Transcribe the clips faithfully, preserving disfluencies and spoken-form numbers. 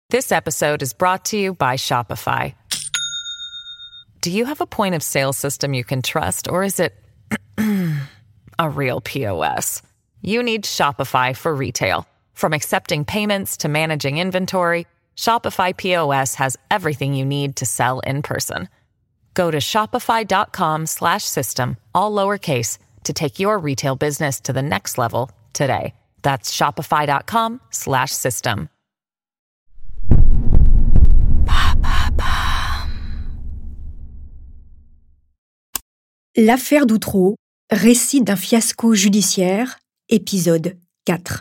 This episode is brought to you by Shopify. Do you have a point of sale system you can trust, or is it a real P O S? You need Shopify for retail. From accepting payments to managing inventory, Shopify P O S has everything you need to sell in person. Go to shopify.com slash system, all lowercase, to take your retail business to the next level today. That's shopify.com slash system. L'affaire d'Outreau, récit d'un fiasco judiciaire, épisode quatre.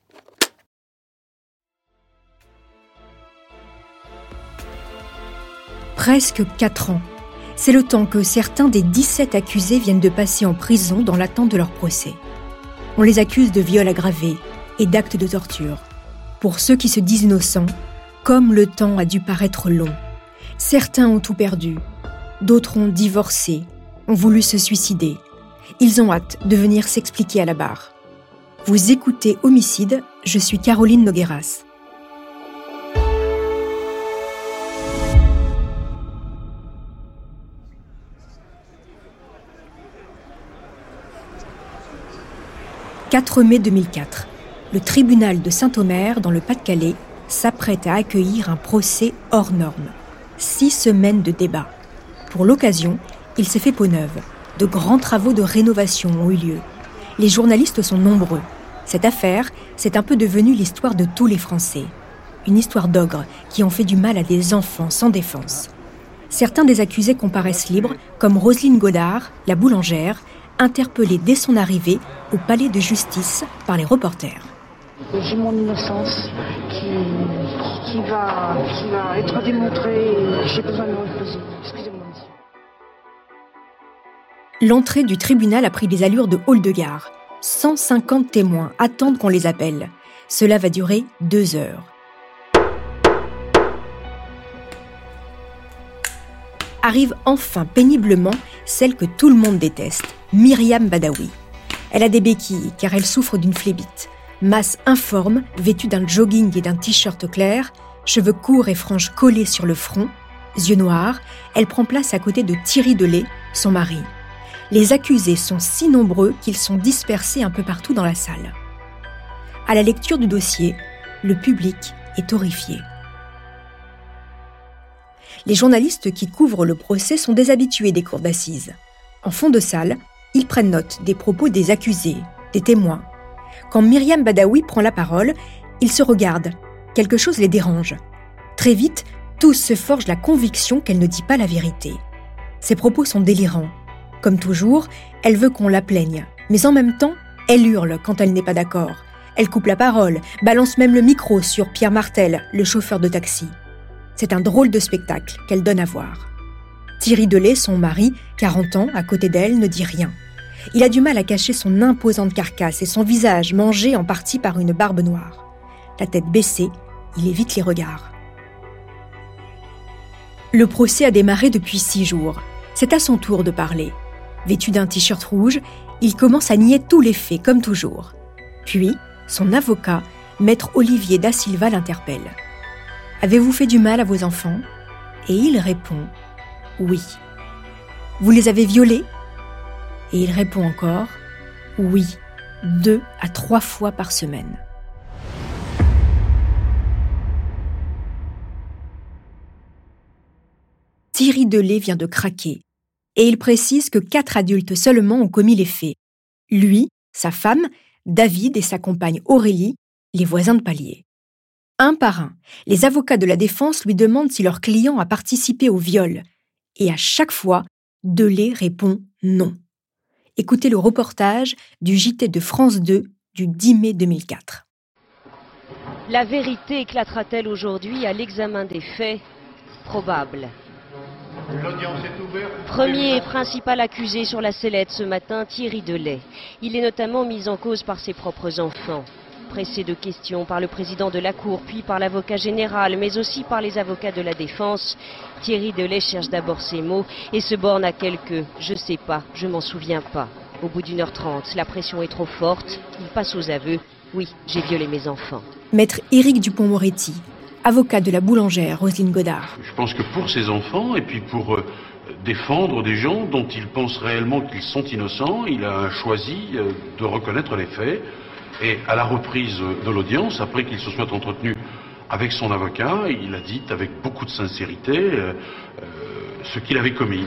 Presque quatre ans. C'est le temps que certains des dix-sept accusés viennent de passer en prison dans l'attente de leur procès. On les accuse de viol aggravé et d'actes de torture. Pour ceux qui se disent innocents, comme le temps a dû paraître long. Certains ont tout perdu, d'autres ont divorcé, ont voulu se suicider. Ils ont hâte de venir s'expliquer à la barre. Vous écoutez Homicide, je suis Caroline Nogueras. quatre mai deux mille quatre. Le tribunal de Saint-Omer, dans le Pas-de-Calais, s'apprête à accueillir un procès hors norme. Six semaines de débat. Pour l'occasion, il s'est fait peau neuve. De grands travaux de rénovation ont eu lieu. Les journalistes sont nombreux. Cette affaire, c'est un peu devenu l'histoire de tous les Français. Une histoire d'ogres qui ont fait du mal à des enfants sans défense. Certains des accusés comparaissent libres, comme Roselyne Godard, la boulangère, interpellée dès son arrivée au palais de justice par les reporters. J'ai mon innocence qui, qui, va, qui va être démontrée et j'ai besoin de me reposer. Excusez-moi, monsieur. L'entrée du tribunal a pris des allures de hall de gare. cent cinquante témoins attendent qu'on les appelle. Cela va durer deux heures. Arrive enfin péniblement celle que tout le monde déteste, Myriam Badaoui. Elle a des béquilles car elle souffre d'une phlébite. Masse informe, vêtue d'un jogging et d'un t-shirt clair, cheveux courts et franges collées sur le front, yeux noirs, elle prend place à côté de Thierry Delay, son mari. Les accusés sont si nombreux qu'ils sont dispersés un peu partout dans la salle. À la lecture du dossier, le public est horrifié. Les journalistes qui couvrent le procès sont des habitués des cours d'assises. En fond de salle, ils prennent note des propos des accusés, des témoins. Quand Myriam Badaoui prend la parole, ils se regardent. Quelque chose les dérange. Très vite, tous se forgent la conviction qu'elle ne dit pas la vérité. Ses propos sont délirants. Comme toujours, elle veut qu'on la plaigne. Mais en même temps, elle hurle quand elle n'est pas d'accord. Elle coupe la parole, balance même le micro sur Pierre Martel, le chauffeur de taxi. C'est un drôle de spectacle qu'elle donne à voir. Thierry Delay, son mari, quarante ans, à côté d'elle, ne dit rien. Il a du mal à cacher son imposante carcasse et son visage mangé en partie par une barbe noire. La tête baissée, il évite les regards. Le procès a démarré depuis six jours. C'est à son tour de parler. Vêtu d'un t-shirt rouge, il commence à nier tous les faits, comme toujours. Puis, son avocat, maître Olivier Da Silva, l'interpelle. « Avez-vous fait du mal à vos enfants ?» Et il répond « Oui. » « Vous les avez violés ?» Et il répond encore « Oui, deux à trois fois par semaine. » Thierry Delay vient de craquer. Et il précise que quatre adultes seulement ont commis les faits. Lui, sa femme, David et sa compagne Aurélie, les voisins de palier. Un par un, les avocats de la défense lui demandent si leur client a participé au viol. Et à chaque fois, Delay répond non. Écoutez le reportage du J T de France deux du dix mai deux mille quatre. La vérité éclatera-t-elle aujourd'hui à l'examen des faits ? Probable. L'audience est ouverte. Premier et principal accusé sur la sellette ce matin, Thierry Delay. Il est notamment mis en cause par ses propres enfants. Pressé de questions par le président de la Cour, puis par l'avocat général, mais aussi par les avocats de la défense, Thierry Delay cherche d'abord ses mots et se borne à quelques « je sais pas, je m'en souviens pas ». Au bout d'une heure trente, la pression est trop forte, il passe aux aveux « oui, j'ai violé mes enfants ». Maître Éric Dupond-Moretti, avocat de la boulangère Roselyne Godard. Je pense que pour ces enfants, et puis pour euh, défendre des gens dont il pense réellement qu'ils sont innocents, il a choisi euh, de reconnaître les faits. Et à la reprise de l'audience, après qu'il se soit entretenu avec son avocat, il a dit avec beaucoup de sincérité euh, euh, ce qu'il avait commis.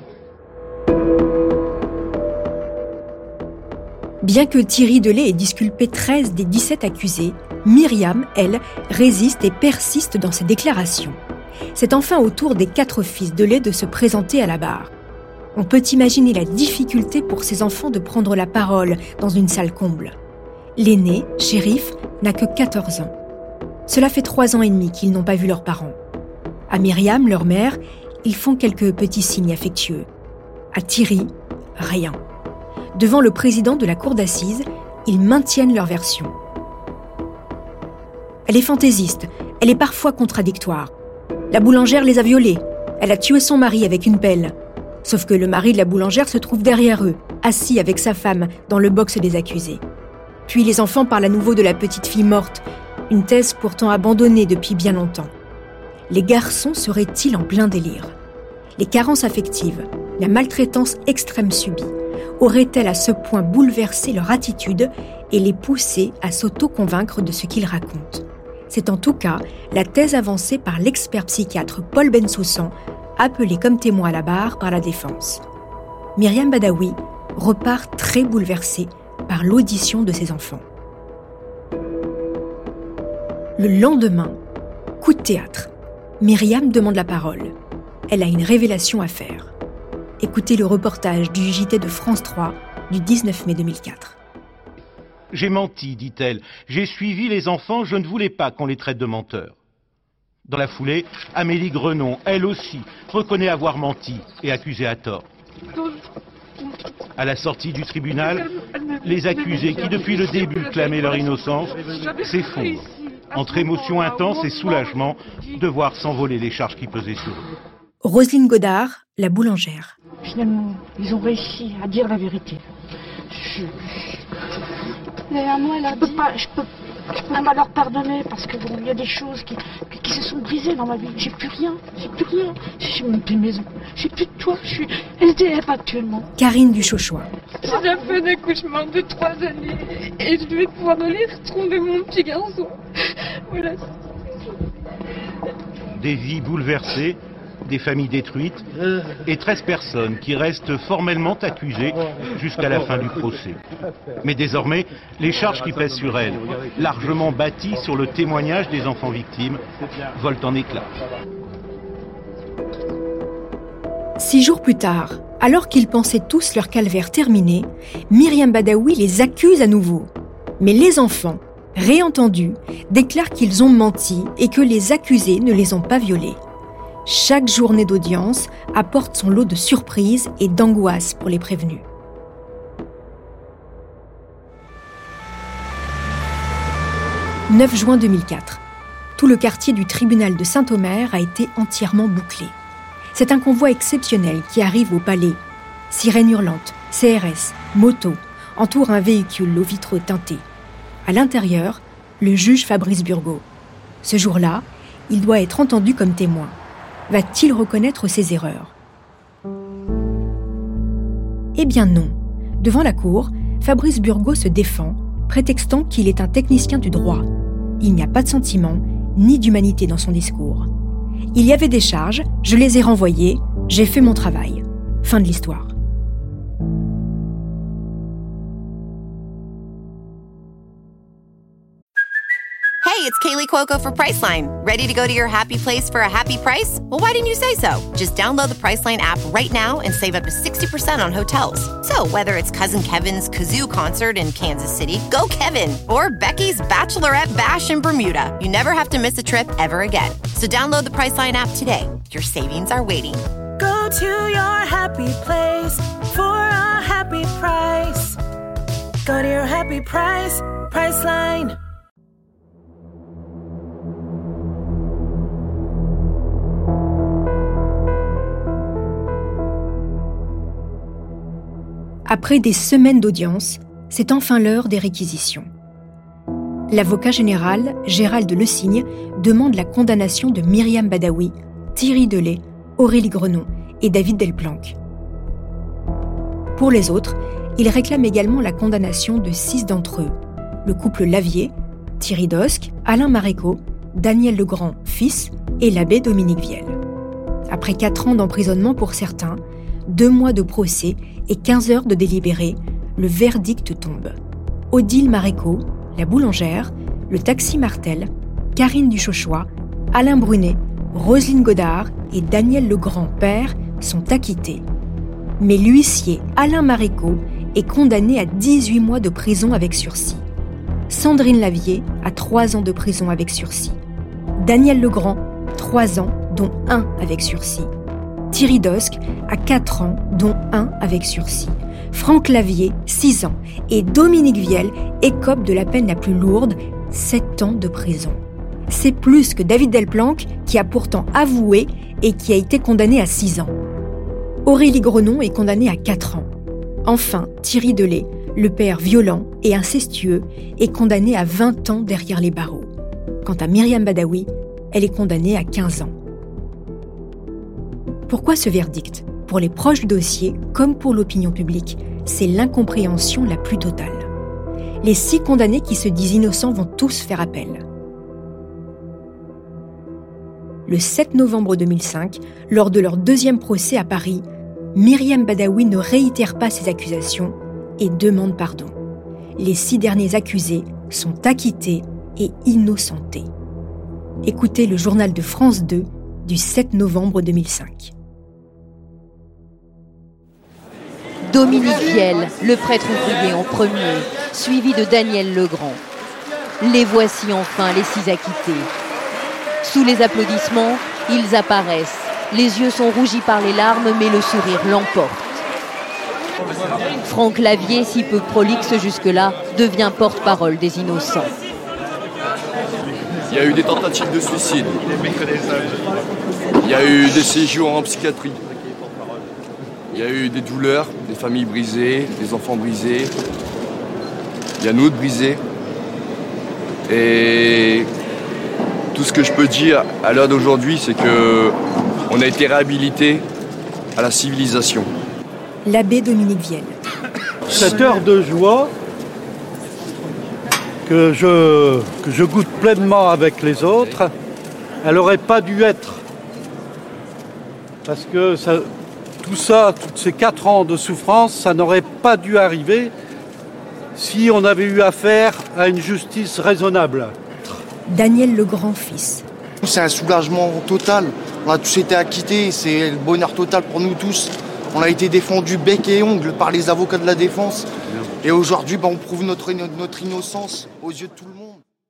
Bien que Thierry Delay ait disculpé treize des dix-sept accusés, Myriam, elle, résiste et persiste dans ses déclarations. C'est enfin au tour des quatre fils Delay de se présenter à la barre. On peut imaginer la difficulté pour ces enfants de prendre la parole dans une salle comble. L'aîné, Chérif, n'a que quatorze ans. Cela fait trois ans et demi qu'ils n'ont pas vu leurs parents. À Myriam, leur mère, ils font quelques petits signes affectueux. À Thierry, rien. Devant le président de la cour d'assises, ils maintiennent leur version. Elle est fantaisiste, elle est parfois contradictoire. La boulangère les a violés, elle a tué son mari avec une pelle. Sauf que le mari de la boulangère se trouve derrière eux, assis avec sa femme dans le box des accusés. Puis les enfants parlent à nouveau de la petite fille morte, une thèse pourtant abandonnée depuis bien longtemps. Les garçons seraient-ils en plein délire ? Les carences affectives, la maltraitance extrême subie, auraient-elles à ce point bouleversé leur attitude et les poussé à s'auto-convaincre de ce qu'ils racontent ? C'est en tout cas la thèse avancée par l'expert psychiatre Paul Bensoussan, appelé comme témoin à la barre par la défense. Myriam Badaoui repart très bouleversée par l'audition de ses enfants. Le lendemain, coup de théâtre. Myriam demande la parole. Elle a une révélation à faire. Écoutez le reportage du J T de France trois du dix-neuf mai deux mille quatre. J'ai menti, dit-elle. J'ai suivi les enfants, je ne voulais pas qu'on les traite de menteurs. Dans la foulée, Amélie Grenon, elle aussi, reconnaît avoir menti et accusée à tort. À la sortie du tribunal, les accusés qui depuis le début clamaient leur innocence s'effondrent, entre émotion intense et soulagement de voir s'envoler les charges qui pesaient sur eux. Roselyne Godard, la boulangère. Finalement, ils ont réussi à dire la vérité. Je... Mais à moi, elle a Je peux dit... pas, je peux, je peux pas leur pardonner parce que bon, il y a des choses qui, qui se sont brisées dans ma vie. J'ai plus rien, j'ai plus rien. J'ai même plus de maison, j'ai plus de toit. Je suis S D F actuellement. Karine Duchauchois. J'ai déjà fait un accouchement de trois années et je vais pouvoir aller retrouver mon petit garçon. Voilà. Des vies bouleversées, des familles détruites et treize personnes qui restent formellement accusées jusqu'à la fin du procès. Mais désormais, les charges qui pèsent sur elles, largement bâties sur le témoignage des enfants victimes, volent en éclats. Six jours plus tard, alors qu'ils pensaient tous leur calvaire terminé, Myriam Badaoui les accuse à nouveau. Mais les enfants, réentendus, déclarent qu'ils ont menti et que les accusés ne les ont pas violés. Chaque journée d'audience apporte son lot de surprises et d'angoisse pour les prévenus. neuf juin deux mille quatre. Tout le quartier du tribunal de Saint-Omer a été entièrement bouclé. C'est un convoi exceptionnel qui arrive au palais. Sirènes hurlantes, C R S, motos, entourent un véhicule aux vitres teintées. À l'intérieur, le juge Fabrice Burgot. Ce jour-là, il doit être entendu comme témoin. Va-t-il reconnaître ses erreurs ? Eh bien non. Devant la cour, Fabrice Burgot se défend, prétextant qu'il est un technicien du droit. Il n'y a pas de sentiment, ni d'humanité dans son discours. Il y avait des charges, je les ai renvoyées, j'ai fait mon travail. Fin de l'histoire. Hey, it's Kaylee Cuoco for Priceline. Ready to go to your happy place for a happy price? Well, why didn't you say so? Just download the Priceline app right now and save up to sixty percent on hotels. So whether it's Cousin Kevin's Kazoo Concert in Kansas City, go Kevin, or Becky's Bachelorette Bash in Bermuda, you never have to miss a trip ever again. So download the Priceline app today. Your savings are waiting. Go to your happy place for a happy price. Go to your happy price, Priceline. Après des semaines d'audience, c'est enfin l'heure des réquisitions. L'avocat général, Gérald Lecigne, demande la condamnation de Myriam Badaoui, Thierry Delay, Aurélie Grenon et David Delplanque. Pour les autres, il réclame également la condamnation de six d'entre eux. Le couple Lavier, Thierry Dosque, Alain Marécaux, Daniel Legrand, fils, et l'abbé Dominique Viel. Après quatre ans d'emprisonnement pour certains, deux mois de procès et quinze heures de délibéré, le verdict tombe. Odile Marécaux, la boulangère, le taxi Martel, Karine Duchauchois, Alain Brunet, Roselyne Godard et Daniel Legrand, père, sont acquittés. Mais l'huissier Alain Marécaux est condamné à dix-huit mois de prison avec sursis. Sandrine Lavier à trois ans de prison avec sursis. Daniel Legrand, trois ans, dont un avec sursis. Thierry Dosque à quatre ans, dont un avec sursis. Franck Lavier, six ans. Et Dominique Viel écope de la peine la plus lourde, sept ans de prison. C'est plus que David Delplanque, qui a pourtant avoué et qui a été condamné à six ans. Aurélie Grenon est condamnée à quatre ans. Enfin, Thierry Delay, le père violent et incestueux, est condamné à vingt ans derrière les barreaux. Quant à Myriam Badaoui, elle est condamnée à quinze ans. Pourquoi ce verdict ? Pour les proches du dossier, comme pour l'opinion publique, c'est l'incompréhension la plus totale. Les six condamnés qui se disent innocents vont tous faire appel. Le sept novembre deux mille cinq, lors de leur deuxième procès à Paris, Myriam Badaoui ne réitère pas ses accusations et demande pardon. Les six derniers accusés sont acquittés et innocentés. Écoutez le journal de France deux du sept novembre deux mille cinq. Dominique Viel, le prêtre ouvrier en premier, suivi de Daniel Legrand. Les voici enfin, les six acquittés. Sous les applaudissements, ils apparaissent. Les yeux sont rougis par les larmes, mais le sourire l'emporte. Franck Lavier, si peu prolixe jusque-là, devient porte-parole des innocents. Il y a eu des tentatives de suicide. Il y a eu des séjours en psychiatrie. Il y a eu des douleurs, des familles brisées, des enfants brisés. Il y a nous brisés. Et tout ce que je peux dire à l'heure d'aujourd'hui, c'est que on a été réhabilité à la civilisation. L'abbé Dominique Viel. Cette heure de joie que je, que je goûte pleinement avec les autres, elle n'aurait pas dû être. Parce que ça, tout ça, tous ces quatre ans de souffrance, ça n'aurait pas dû arriver si on avait eu affaire à une justice raisonnable. Daniel Legrand, fils. C'est un soulagement total. On a tous été acquittés, c'est le bonheur total pour nous tous. On a été défendus bec et ongles par les avocats de la défense. Et aujourd'hui, bah, on prouve notre, notre innocence aux yeux de tout le monde.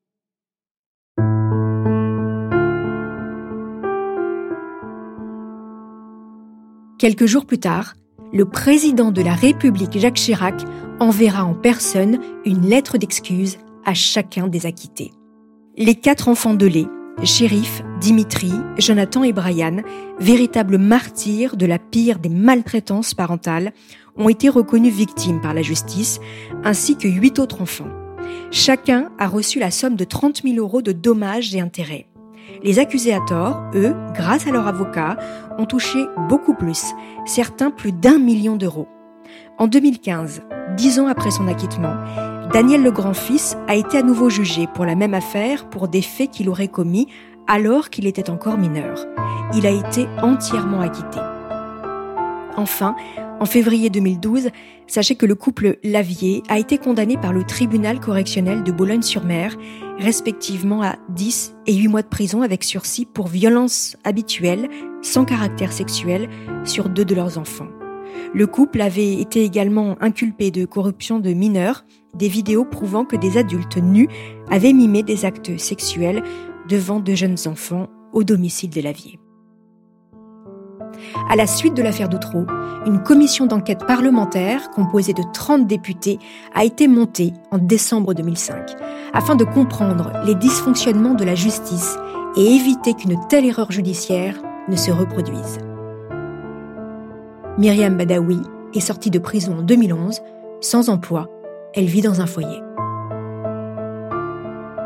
Quelques jours plus tard, le président de la République, Jacques Chirac, enverra en personne une lettre d'excuse à chacun des acquittés. Les quatre enfants de lait, Chérif, Dimitri, Jonathan et Brian, véritables martyrs de la pire des maltraitances parentales, ont été reconnus victimes par la justice, ainsi que huit autres enfants. Chacun a reçu la somme de trente mille euros de dommages et intérêts. Les accusés à tort, eux, grâce à leur avocat, ont touché beaucoup plus, certains plus d'un million d'euros. En deux mille quinze, dix ans après son acquittement, Daniel Legrand, fils, a été à nouveau jugé pour la même affaire pour des faits qu'il aurait commis alors qu'il était encore mineur. Il a été entièrement acquitté. Enfin, en février deux mille douze, sachez que le couple Lavier a été condamné par le tribunal correctionnel de Boulogne-sur-Mer, respectivement à dix et huit mois de prison avec sursis pour violences habituelles, sans caractère sexuel, sur deux de leurs enfants. Le couple avait été également inculpé de corruption de mineurs, des vidéos prouvant que des adultes nus avaient mimé des actes sexuels devant de jeunes enfants au domicile de Lavier. À la suite de l'affaire d'Outreau, une commission d'enquête parlementaire composée de trente députés a été montée en décembre deux mille cinq afin de comprendre les dysfonctionnements de la justice et éviter qu'une telle erreur judiciaire ne se reproduise. Myriam Badaoui est sortie de prison en deux mille onze, sans emploi, elle vit dans un foyer.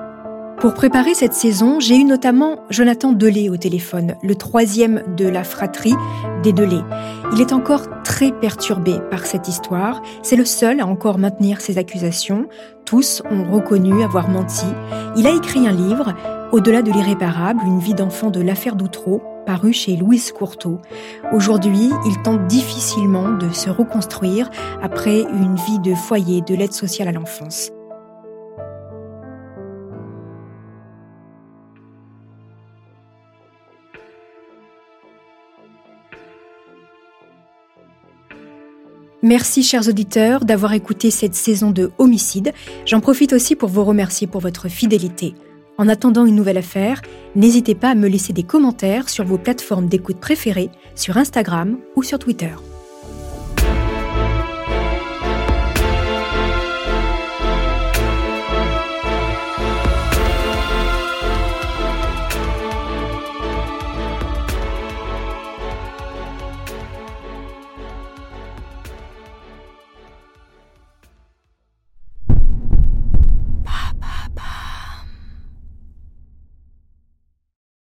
Pour préparer cette saison, j'ai eu notamment Jonathan Delay au téléphone, le troisième de la fratrie des Delay. Il est encore très perturbé par cette histoire. C'est le seul à encore maintenir ses accusations. Tous ont reconnu avoir menti. Il a écrit un livre, Au-delà de l'irréparable, une vie d'enfant de l'affaire d'Outreau, paru chez Louise Courteau. Aujourd'hui, il tente difficilement de se reconstruire après une vie de foyer de l'aide sociale à l'enfance. Merci chers auditeurs d'avoir écouté cette saison de Homicide. J'en profite aussi pour vous remercier pour votre fidélité. En attendant une nouvelle affaire, n'hésitez pas à me laisser des commentaires sur vos plateformes d'écoute préférées, sur Instagram ou sur Twitter.